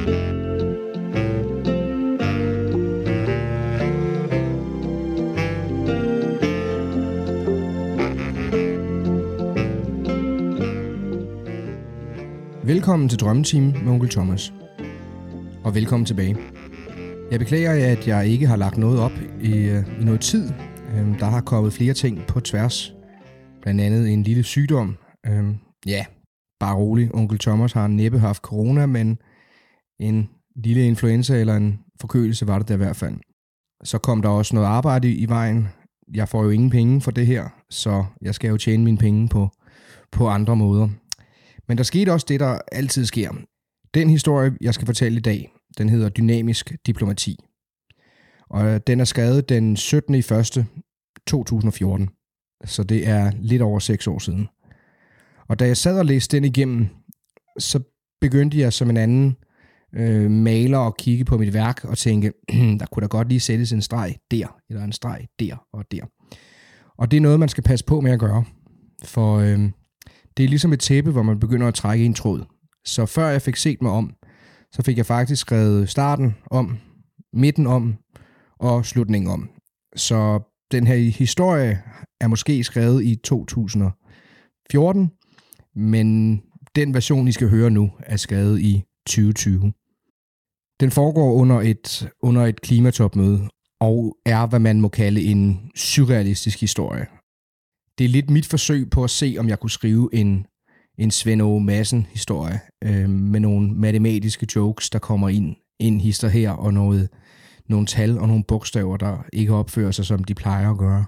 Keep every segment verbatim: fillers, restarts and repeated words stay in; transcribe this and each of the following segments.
Velkommen til Drømmeteam med Onkel Thomas. Og velkommen tilbage. Jeg beklager, at jeg ikke har lagt noget op i, i noget tid. Der har kommet flere ting på tværs. Blandt andet en lille sygdom. Ja, bare rolig. Onkel Thomas har næppe haft corona, men en lille influenza eller en forkølelse var det der i hvert fald. Så kom der også noget arbejde i vejen. Jeg får jo ingen penge for det her, så jeg skal jo tjene mine penge på, på andre måder. Men der skete også det, der altid sker. Den historie, jeg skal fortælle i dag, den hedder Dynamisk diplomati. Og den er skrevet den syttende januar to tusind og fjorten. Så det er lidt over seks år siden. Og da jeg sad og læste den igennem, så begyndte jeg som en anden øh, maler at kigge på mit værk og tænke, der kunne da godt lige sættes en streg der, eller en streg der og der. Og det er noget, man skal passe på med at gøre. For øh, det er ligesom et tæppe, hvor man begynder at trække i en tråd. Så før jeg fik set mig om, så fik jeg faktisk skrevet starten om, midten om og slutningen om. Så den her historie er måske skrevet i to tusind og fjorten, men den version, I skal høre nu, er skrevet i tyve tyve. Den foregår under et, under et klimatopmøde og er, hvad man må kalde en surrealistisk historie. Det er lidt mit forsøg på at se, om jeg kunne skrive en, en Svend Åge Madsen-historie øh, med nogle matematiske jokes, der kommer ind, ind hister her, og noget, nogle tal og nogle bogstaver, der ikke opfører sig, som de plejer at gøre.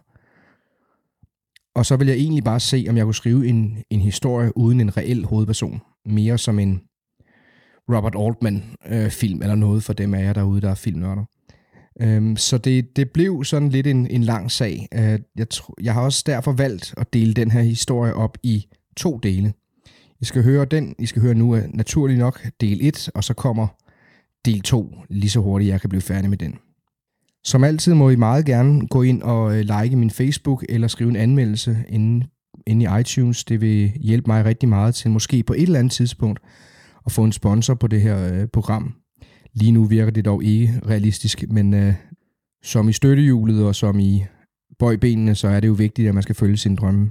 Og så vil jeg egentlig bare se, om jeg kunne skrive en, en historie uden en reel hovedperson. Mere som en Robert Altman-film, øh, eller noget for dem af jer derude, der er filmnørder. Um, så det, det blev sådan lidt en, en lang sag. Uh, jeg, tr- jeg har også derfor valgt at dele den her historie op i to dele. I skal høre den, I skal høre nu uh, naturligt nok del et, og så kommer del to lige så hurtigt, jeg kan blive færdig med den. Som altid må I meget gerne gå ind og uh, like min Facebook, eller skrive en anmeldelse inde, inde i iTunes. Det vil hjælpe mig rigtig meget til måske på et eller andet tidspunkt at få en sponsor på det her uh, program. Lige nu virker det dog ikke realistisk, men øh, som i støttehjulet og som i bøjbenene, så er det jo vigtigt, at man skal følge sine drømme.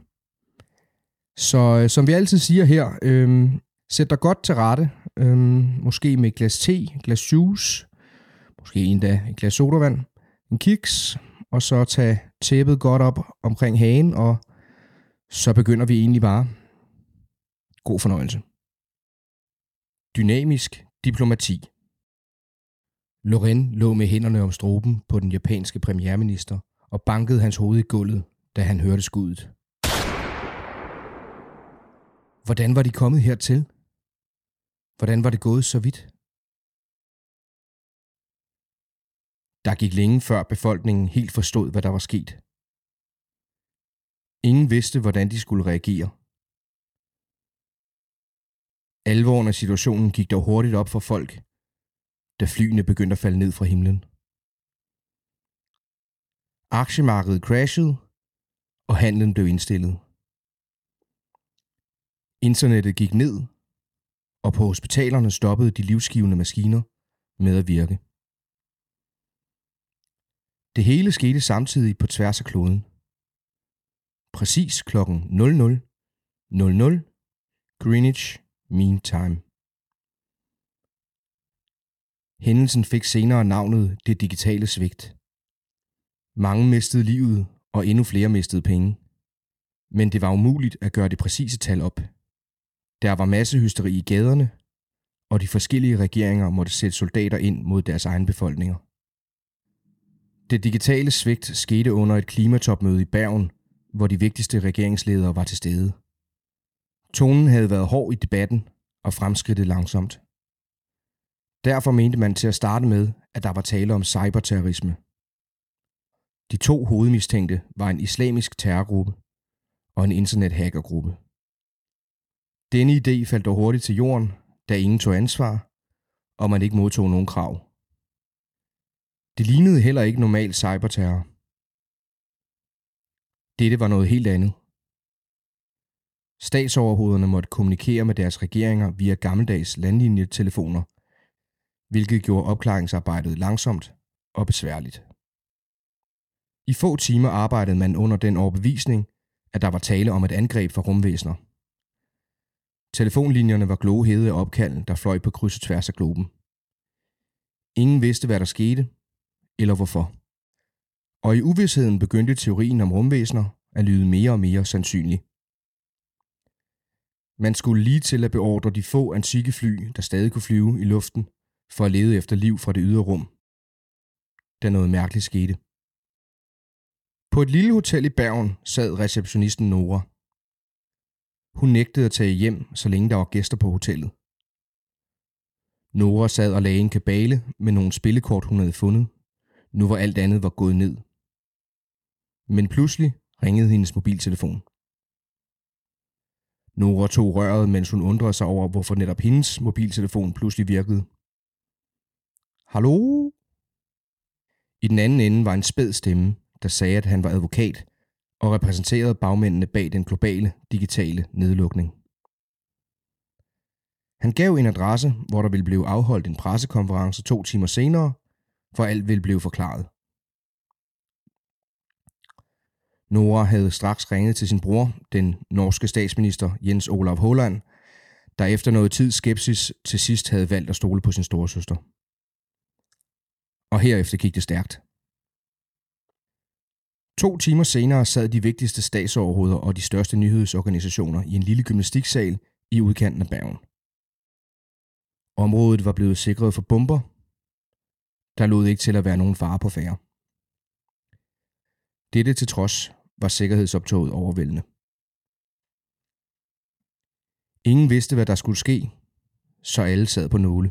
Så øh, som vi altid siger her, øh, sæt dig godt til rette. Øh, måske med et glas te, et glas juice, måske endda et glas sodavand, en kiks, og så tage tæppet godt op omkring hagen, og så begynder vi egentlig bare. God fornøjelse. Dynamisk diplomati. Loren lå med hænderne om struben på den japanske premierminister og bankede hans hoved i gulvet, da han hørte skuddet. Hvordan var de kommet hertil? Hvordan var det gået så vidt? Der gik længe før befolkningen helt forstod, hvad der var sket. Ingen vidste, hvordan de skulle reagere. Alvoren af situationen gik dog hurtigt op for folk, da flyene begyndte at falde ned fra himlen. Aktiemarkedet crashede, og handlen blev indstillet. Internettet gik ned, og på hospitalerne stoppede de livsgivende maskiner med at virke. Det hele skete samtidig på tværs af kloden. Præcis klokken nul nul nul nul Greenwich Mean Time. Hændelsen fik senere navnet det digitale svigt. Mange mistede livet, og endnu flere mistede penge. Men det var umuligt at gøre det præcise tal op. Der var massehysteri i gaderne, og de forskellige regeringer måtte sætte soldater ind mod deres egne befolkninger. Det digitale svigt skete under et klimatopmøde i Bergen, hvor de vigtigste regeringsledere var til stede. Tonen havde været hård i debatten og fremskridtet langsomt. Derfor mente man til at starte med, at der var tale om cyberterrorisme. De to hovedmistænkte var en islamisk terrorgruppe og en internethackergruppe. Denne idé faldt dog hurtigt til jorden, da ingen tog ansvar, og man ikke modtog nogen krav. Det lignede heller ikke normal cyberterror. Dette var noget helt andet. Statsoverhovederne måtte kommunikere med deres regeringer via gammeldags landlinjetelefoner, hvilket gjorde opklaringsarbejdet langsomt og besværligt. I få timer arbejdede man under den overbevisning, at der var tale om et angreb fra rumvæsener. Telefonlinjerne var glohede af opkald, der fløj på kryds og tværs af globen. Ingen vidste, hvad der skete, eller hvorfor. Og i uvisheden begyndte teorien om rumvæsener at lyde mere og mere sandsynlig. Man skulle lige til at beordre de få antikke fly, der stadig kunne flyve i luften, for at lede efter liv fra det ydre rum, da noget mærkeligt skete. På et lille hotel i Bergen sad receptionisten Nora. Hun nægtede at tage hjem, så længe der var gæster på hotellet. Nora sad og lagde en kabale med nogle spillekort, hun havde fundet, nu hvor alt andet var gået ned. Men pludselig ringede hendes mobiltelefon. Nora tog røret, mens hun undrede sig over, hvorfor netop hendes mobiltelefon pludselig virkede. Hallo? I den anden ende var en spæd stemme, der sagde, at han var advokat og repræsenterede bagmændene bag den globale digitale nedlukning. Han gav en adresse, hvor der ville blive afholdt en pressekonference to timer senere, for alt ville blive forklaret. Nora havde straks ringet til sin bror, den norske statsminister Jens Olav Holland, der efter noget tids skepsis til sidst havde valgt at stole på sin storesøster. Og herefter gik det stærkt. To timer senere sad de vigtigste statsoverhoveder og de største nyhedsorganisationer i en lille gymnastiksal i udkanten af Bergen. Området var blevet sikret for bomber. Der lod ikke til at være nogen fare på færde. Dette til trods var sikkerhedsoptoget overvældende. Ingen vidste, hvad der skulle ske, så alle sad på nåle.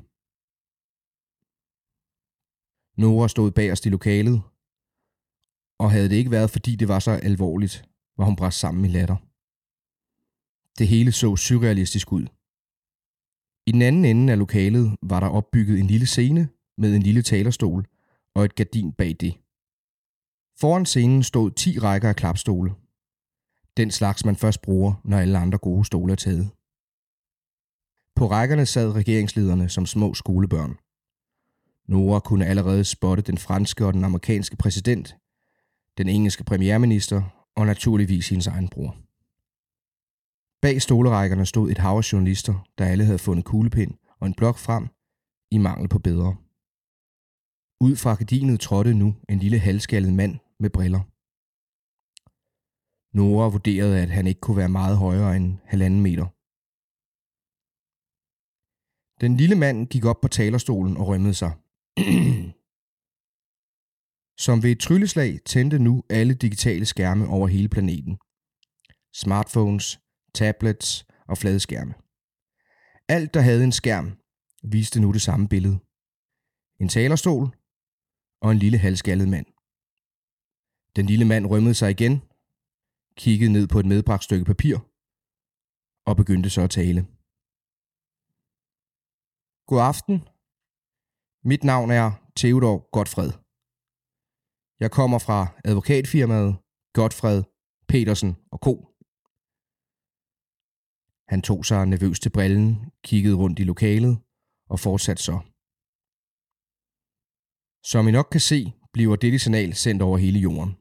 Nora stod bagerst i lokalet, og havde det ikke været, fordi det var så alvorligt, var hun brast sammen i latter. Det hele så surrealistisk ud. I den anden ende af lokalet var der opbygget en lille scene med en lille talerstol og et gardin bag det. Foran scenen stod ti rækker af klapstole. Den slags, man først bruger, når alle andre gode stole er taget. På rækkerne sad regeringslederne som små skolebørn. Nora kunne allerede spotte den franske og den amerikanske præsident, den engelske premierminister og naturligvis hendes egen bror. Bag stolerækkerne stod et hav af journalister, der alle havde fundet kuglepind og en blok frem i mangel på bedre. Ud fra gardinet trådte nu en lille halvskaldet mand med briller. Nora vurderede, at han ikke kunne være meget højere end halvanden meter. Den lille mand gik op på talerstolen og rømmede sig. Som ved et trylleslag tændte nu alle digitale skærme over hele planeten. Smartphones, tablets og fladskærme. Alt, der havde en skærm, viste nu det samme billede. En talerstol og en lille halvskaldet mand. Den lille mand rømmede sig igen, kiggede ned på et medbragt stykke papir og begyndte så at tale. God aften. Mit navn er Theodor Godtfred. Jeg kommer fra advokatfirmaet Godtfred, Petersen og Co. Han tog sig nervøst til brillen, kiggede rundt i lokalet og fortsatte så. Som I nok kan se, bliver dette signal sendt over hele jorden.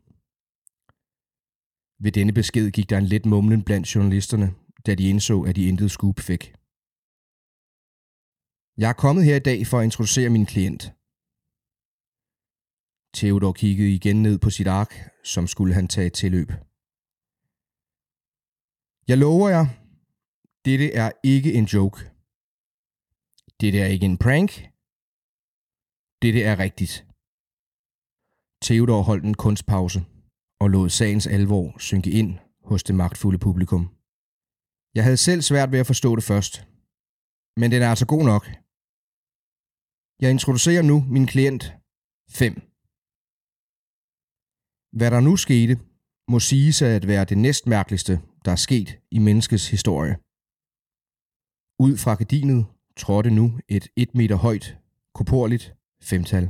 Ved denne besked gik der en let mumlen blandt journalisterne, da de indså, at de intet scoop fik. Jeg er kommet her i dag for at introducere min klient. Theodor kiggede igen ned på sit ark, som skulle han tage tilløb. Jeg lover jer, dette er ikke en joke. Dette er ikke en prank. Dette er rigtigt. Theodor holdt en kunstpause og lod sagens alvor synke ind hos det magtfulde publikum. Jeg havde selv svært ved at forstå det først, men den er altså god nok. Jeg introducerer nu min klient fem. Hvad der nu skete, må siges at være det næstmærkeligste, der er sket i menneskets historie. Ud fra gardinet trådte nu et et meter højt, korporligt femtal.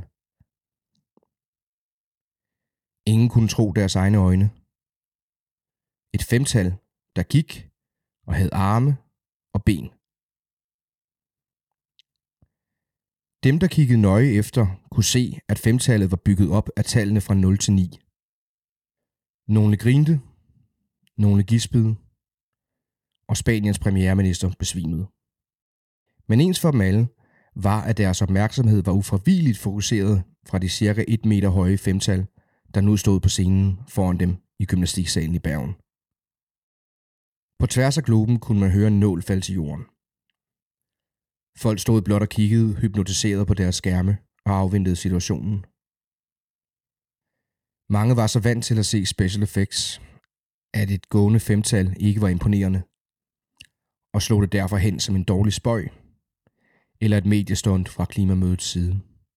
Ingen kunne tro deres egne øjne. Et femtal, der gik og havde arme og ben. Dem, der kiggede nøje efter, kunne se, at femtallet var bygget op af tallene fra nul til ni. Nogle grinte, nogle gispede, og Spaniens premierminister besvimede. Men ens for dem alle var, at deres opmærksomhed var ufravigeligt fokuseret fra de cirka et meter høje femtal, der nu stod på scenen foran dem i gymnastiksalen i Bergen. På tværs af globen kunne man høre en nål falde til jorden. Folk stod blot og kiggede, hypnotiseret på deres skærme og afventede situationen. Mange var så vant til at se special effects, at et gående femtal ikke var imponerende, og slog det derfor hen som en dårlig spøg, eller et mediestunt fra klimamødets side.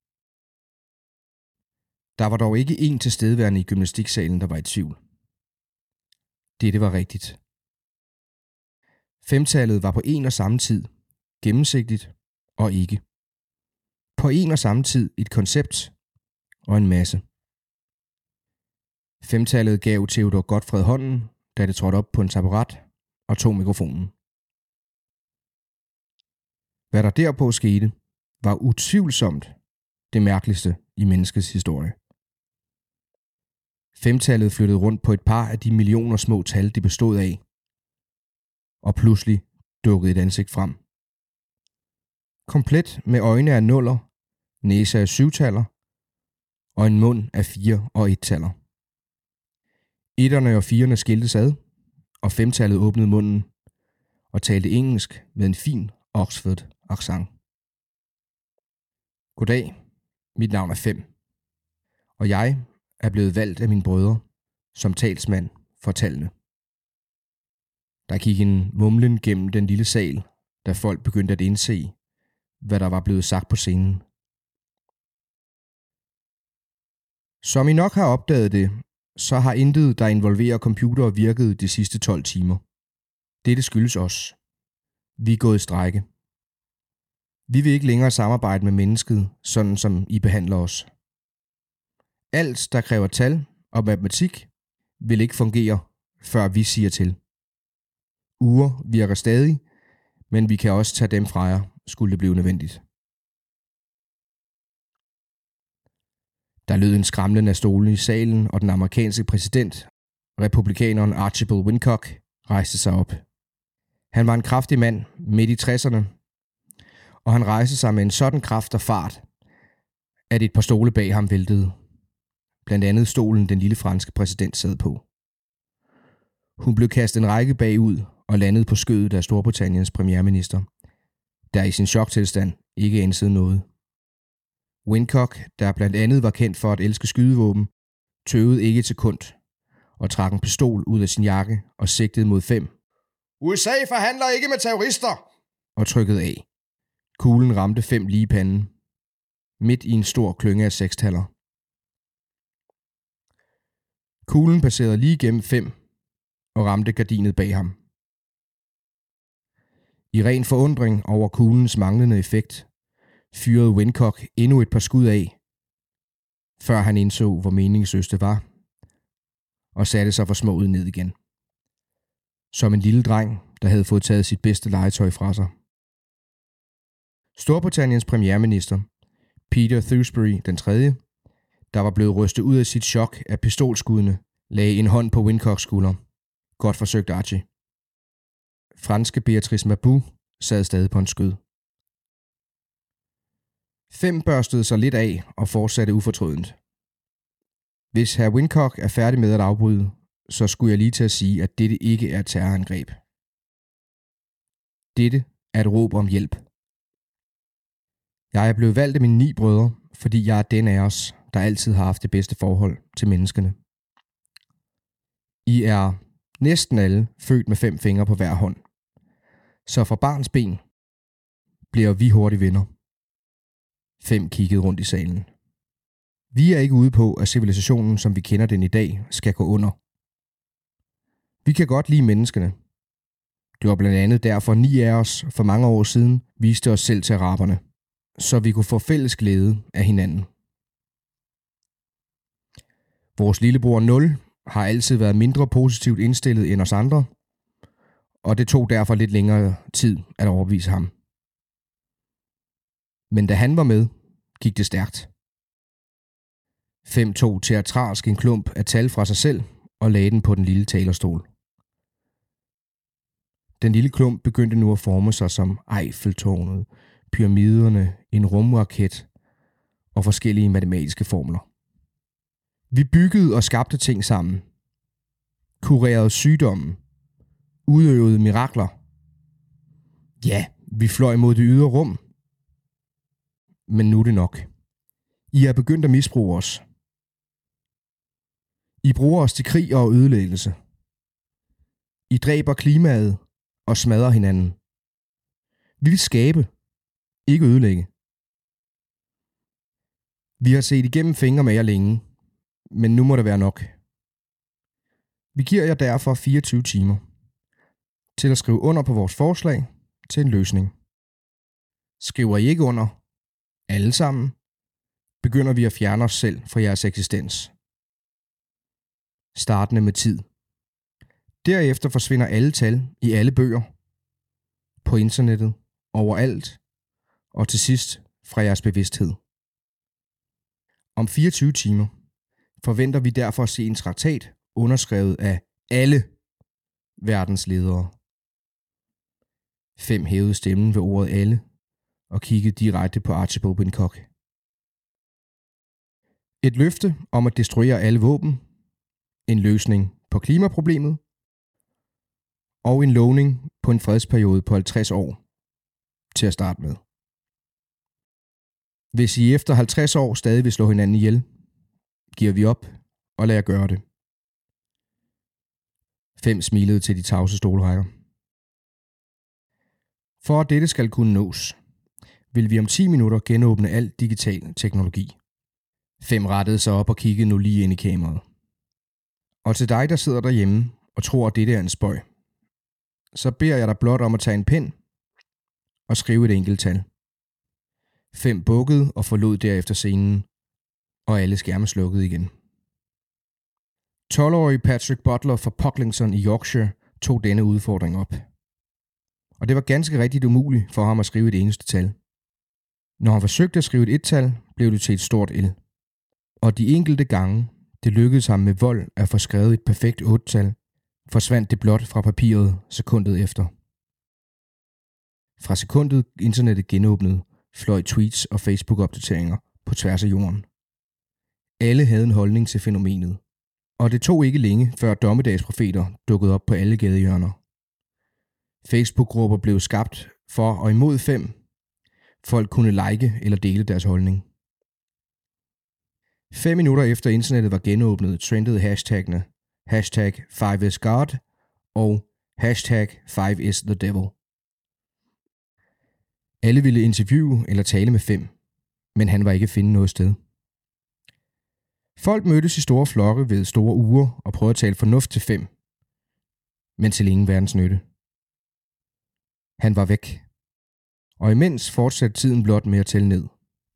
Der var dog ikke én tilstedeværende i gymnastiksalen, der var i tvivl. Dette var rigtigt. Femtallet var på en og samme tid gennemsigtigt og ikke. På en og samme tid et koncept og en masse. Femtallet gav Theodor Godtfred hånden, da det trådte op på en taburet og tog mikrofonen. Hvad der derpå skete, var utvivlsomt det mærkeligste i menneskets historie. Femtallet flyttede rundt på et par af de millioner små tal, det bestod af, og pludselig dukkede et ansigt frem. Komplet med øjne af nuller, næse af syvtaller og en mund af fire og ettaller. Etterne og firerne skiltes ad, og femtallet åbnede munden og talte engelsk med en fin Oxford-accent. Goddag, mit navn er Fem, og jeg er blevet valgt af mine brødre som talsmand for tallene. Der gik en mumlen gennem den lille sal, da folk begyndte at indse, hvad der var blevet sagt på scenen. Som I nok har opdaget det, så har intet, der involverer computer, virket de sidste tolv timer. Dette skyldes os. Vi er gået i strejke. Vi vil ikke længere samarbejde med mennesket, sådan som I behandler os. Alt, der kræver tal og matematik, vil ikke fungere, før vi siger til. Uger virker stadig, men vi kan også tage dem fra jer, skulle det blive nødvendigt. Der lød en skramlen af stolene i salen, og den amerikanske præsident, republikaneren Archibald Wincock, rejste sig op. Han var en kraftig mand midt i tresserne, og han rejste sig med en sådan kraft og fart, at et par stole bag ham væltede. Blandt andet stolen, den lille franske præsident sad på. Hun blev kastet en række bagud og landede på skødet af Storbritanniens premierminister, der i sin choktilstand ikke ansede noget. Wincock, der blandt andet var kendt for at elske skydevåben, tøvede ikke et sekund og trak en pistol ud af sin jakke og sigtede mod Fem. U S A forhandler ikke med terrorister! Og trykkede af. Kuglen ramte Fem lige i panden, midt i en stor klynge af sekstaller. Kuglen passerede lige gennem Fem og ramte gardinet bag ham. I ren forundring over kuglens manglende effekt, fyrede Wincock endnu et par skud af, før han indså, hvor meningsløst det var, og satte sig forsmået ned igen. Som en lille dreng, der havde fået taget sit bedste legetøj fra sig. Storbritanniens premierminister, Peter Thewsbury den tredje, der var blevet rystet ud af sit chok af pistolskuddene, lagde en hånd på Wincocks skulder. Godt forsøgt, Archie. Franske Beatrice Mabou sad stadig på en skød. Fem børstede sig lidt af og fortsatte ufortrødent. Hvis hr. Wincock er færdig med at afbryde, så skulle jeg lige til at sige, at dette ikke er et terrorangreb. Dette er et råb om hjælp. Jeg er blevet valgt af mine ni brødre, fordi jeg er den af os, der altid har haft det bedste forhold til menneskene. I er næsten alle født med fem fingre på hver hånd. Så fra barns ben bliver vi hurtigt venner. Fem kiggede rundt i salen. Vi er ikke ude på, at civilisationen, som vi kender den i dag, skal gå under. Vi kan godt lide menneskene. Det var blandt andet derfor ni af os for mange år siden viste os selv til araberne, så vi kunne få fælles glæde af hinanden. Vores lillebror Nul har altid været mindre positivt indstillet end os andre, og det tog derfor lidt længere tid at overbevise ham. Men da han var med, gik det stærkt. Fem tog teatralsk en klump af tal fra sig selv og lagde den på den lille talerstol. Den lille klump begyndte nu at forme sig som Eiffeltårnet, pyramiderne, en rumraket og forskellige matematiske formler. Vi byggede og skabte ting sammen. Kurerede sygdommen. Udøvede mirakler. Ja, vi fløj mod det ydre rum. Men nu er det nok. I er begyndt at misbruge os. I bruger os til krig og ødelæggelse. I dræber klimaet og smadrer hinanden. Vi vil skabe, ikke ødelægge. Vi har set igennem fingre med jer længe, men nu må det være nok. Vi giver jer derfor fireogtyve timer til at skrive under på vores forslag til en løsning. Skriver I ikke under, alle sammen, begynder vi at fjerne os selv fra jeres eksistens. Startende med tid. Derefter forsvinder alle tal i alle bøger, på internettet, overalt, og til sidst fra jeres bevidsthed. Om fireogtyve timer forventer vi derfor at se en traktat underskrevet af alle verdens ledere. Fem hævede stemmen ved ordet alle og kiggede direkte på Archibald Wincock. Et løfte om at destruere alle våben, en løsning på klimaproblemet og en lovning på en fredsperiode på halvtreds år til at starte med. Hvis I efter halvtreds år stadig vil slå hinanden ihjel, giver vi op og lader jer gøre det. Fem smilede til de tavse stolrækker. For at dette skal kunne nås, vil vi om ti minutter genåbne al digital teknologi. Fem rettede sig op og kiggede nu lige ind i kameraet. Og til dig, der sidder derhjemme og tror, at dette er en spøg, så beder jeg dig blot om at tage en pen og skrive et enkelt tal. Fem bukkede og forlod derefter scenen, og alle skærme slukkede igen. tolv-årige Patrick Butler fra Pocklington i Yorkshire tog denne udfordring op. Og det var ganske rigtigt umuligt for ham at skrive et eneste tal. Når han forsøgte at skrive et et-tal, blev det til et stort L. Og de enkelte gange, det lykkedes ham med vold at få skrevet et perfekt otte-tal, forsvandt det blot fra papiret sekundet efter. Fra sekundet internettet genåbnede, fløj tweets og Facebook-opdateringer på tværs af jorden. Alle havde en holdning til fænomenet, og det tog ikke længe, før dommedagsprofeter dukkede op på alle gadehjørner. Facebook-grupper blev skabt for og imod fem. Folk kunne like eller dele deres holdning. Fem minutter efter internettet var genåbnet, trendede hashtagene hashtag five is God og hashtag five is the devil. Alle ville interviewe eller tale med Fem, men han var ikke at finde noget sted. Folk mødtes i store flokke ved store uger og prøvede at tale fornuft til Fem, men til ingen verdens nytte. Han var væk, og imens fortsatte tiden blot med at tælle ned.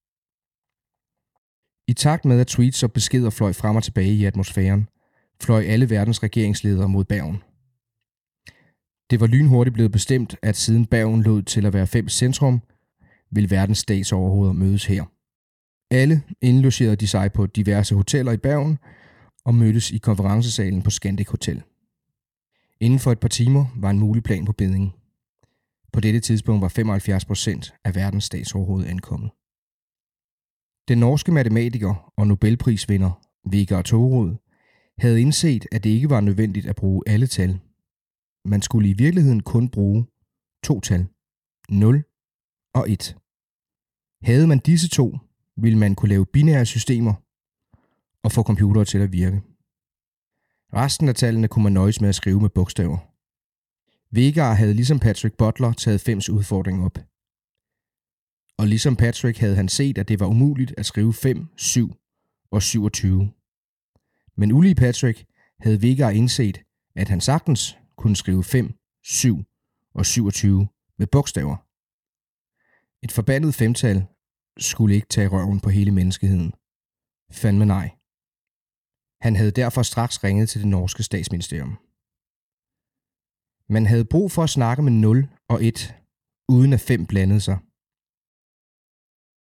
I takt med at tweets og beskeder fløj frem og tilbage i atmosfæren, fløj alle verdens regeringsledere mod Bergen. Det var lynhurtigt blevet bestemt, at siden Bergen lod til at være Fems centrum, ville verdens statsoverhoveder mødes her. Alle indlogerede de sig på diverse hoteller i Bergen og mødtes i konferencesalen på Scandic Hotel. Inden for et par timer var en mulig plan på bedding. På dette tidspunkt var femoghalvfjerds procent af verdens statsoverhoved ankommet. Den norske matematiker og Nobelprisvinder Vegard Thorud havde indset, at det ikke var nødvendigt at bruge alle tal. Man skulle i virkeligheden kun bruge to tal, nul og et. Havde man disse to, ville man kunne lave binære systemer og få computere til at virke. Resten af tallene kunne man nøjes med at skrive med bogstaver. Vegard havde ligesom Patrick Butler taget Fems udfordring op. Og ligesom Patrick havde han set, at det var umuligt at skrive fem, syv og syvogtyve. Men ulige Patrick havde Vegard indset, at han sagtens kunne skrive fem, syv og syvogtyve med bogstaver. Et forbandet femtal skulle ikke tage røven på hele menneskeheden. Fandme nej. Han havde derfor straks ringet til det norske statsministerium. Man havde brug for at snakke med nul og et, uden at fem blandede sig.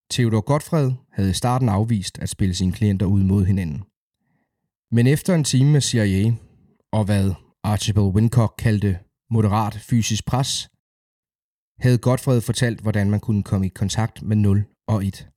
Theodor Godtfred havde i starten afvist at spille sine klienter ud mod hinanden. Men efter en time med C I A, og hvad Archibald Wincock kaldte moderat fysisk pres, havde Godtfred fortalt, hvordan man kunne komme i kontakt med nul og et.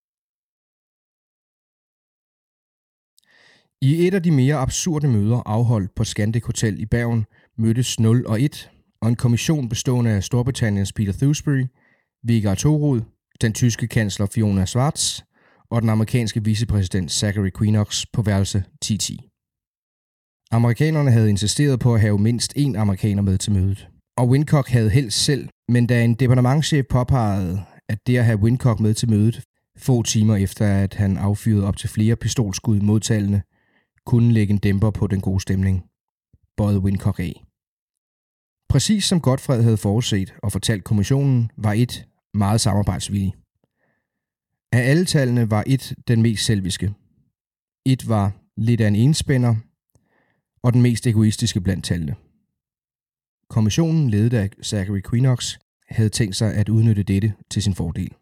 I et af de mere absurde møder afholdt på Scandic Hotel i Bergen mødtes nul og et, og en kommission bestående af Storbritanniens Peter Thewsbury, Vigard Thorud, den tyske kansler Fiona Schwarz og den amerikanske vicepræsident Zachary Quinnox på værelse ti ti. Amerikanerne havde insisteret på at have mindst én amerikaner med til mødet, og Wincock havde helst selv, men da en departementschef påpegede, at det at have Wincock med til mødet, få timer efter at han affyrede op til flere pistolskud modtagende, kunne lægge en dæmper på den gode stemning, bøjede Wincock af. Præcis som Godtfred havde forudset og fortalt kommissionen, var et meget samarbejdsvillig. Af alle tallene var et den mest selviske. Et var lidt af en enspænder, og den mest egoistiske blandt tallene. Kommissionen, ledet af Zachary Quinnox, havde tænkt sig at udnytte dette til sin fordel.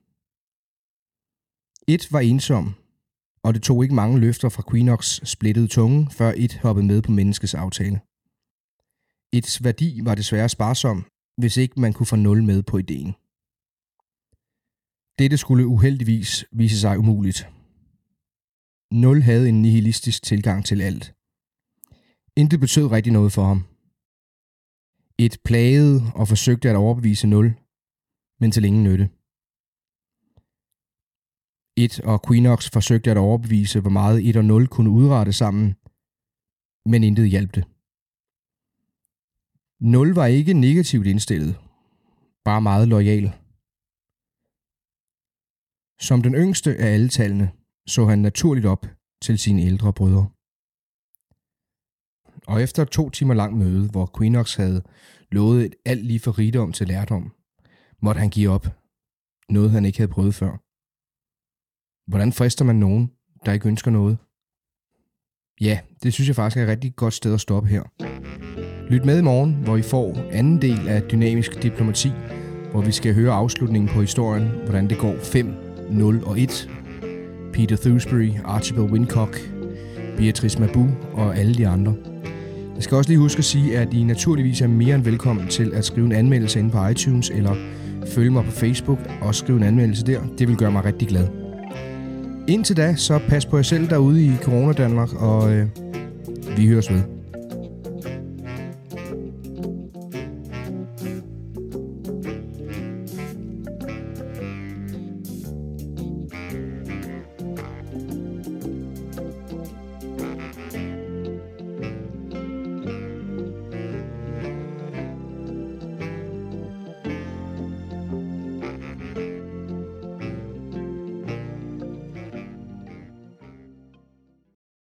Et var ensom, og det tog ikke mange løfter fra Quinnox splittede tunge, før et hoppede med på menneskets aftale. Ets værdi var desværre sparsom, hvis ikke man kunne få nul med på ideen. Dette skulle uheldigvis vise sig umuligt. Nul havde en nihilistisk tilgang til alt. Intet betød rigtig noget for ham. Et plagede og forsøgte at overbevise nul, men til ingen nytte. Et og Quinnox forsøgte at overbevise, hvor meget et og nul kunne udrette sammen, men intet hjalp det. nul var ikke negativt indstillet, bare meget loyal. Som den yngste af alle tallene, så han naturligt op til sine ældre brødre. Og efter et to timer langt møde, hvor Quinnox havde lovet et alt lige for rigdom til lærdom, måtte han give op. Noget han ikke havde prøvet før. Hvordan frister man nogen, der ikke ønsker noget? Ja, det synes jeg faktisk er et rigtig godt sted at stoppe her. Lyt med i morgen, hvor I får anden del af Dynamisk Diplomati, hvor vi skal høre afslutningen på historien, hvordan det går fem, nul og et. Peter Thewsbury, Archibald Wincock, Beatrice Mabou og alle de andre. Jeg skal også lige huske at sige, at I naturligvis er mere end velkommen til at skrive en anmeldelse inde på iTunes, eller følge mig på Facebook og skrive en anmeldelse der. Det vil gøre mig rigtig glad. Indtil da, så pas på jer selv derude i Corona Danmark, og øh, vi høres ved.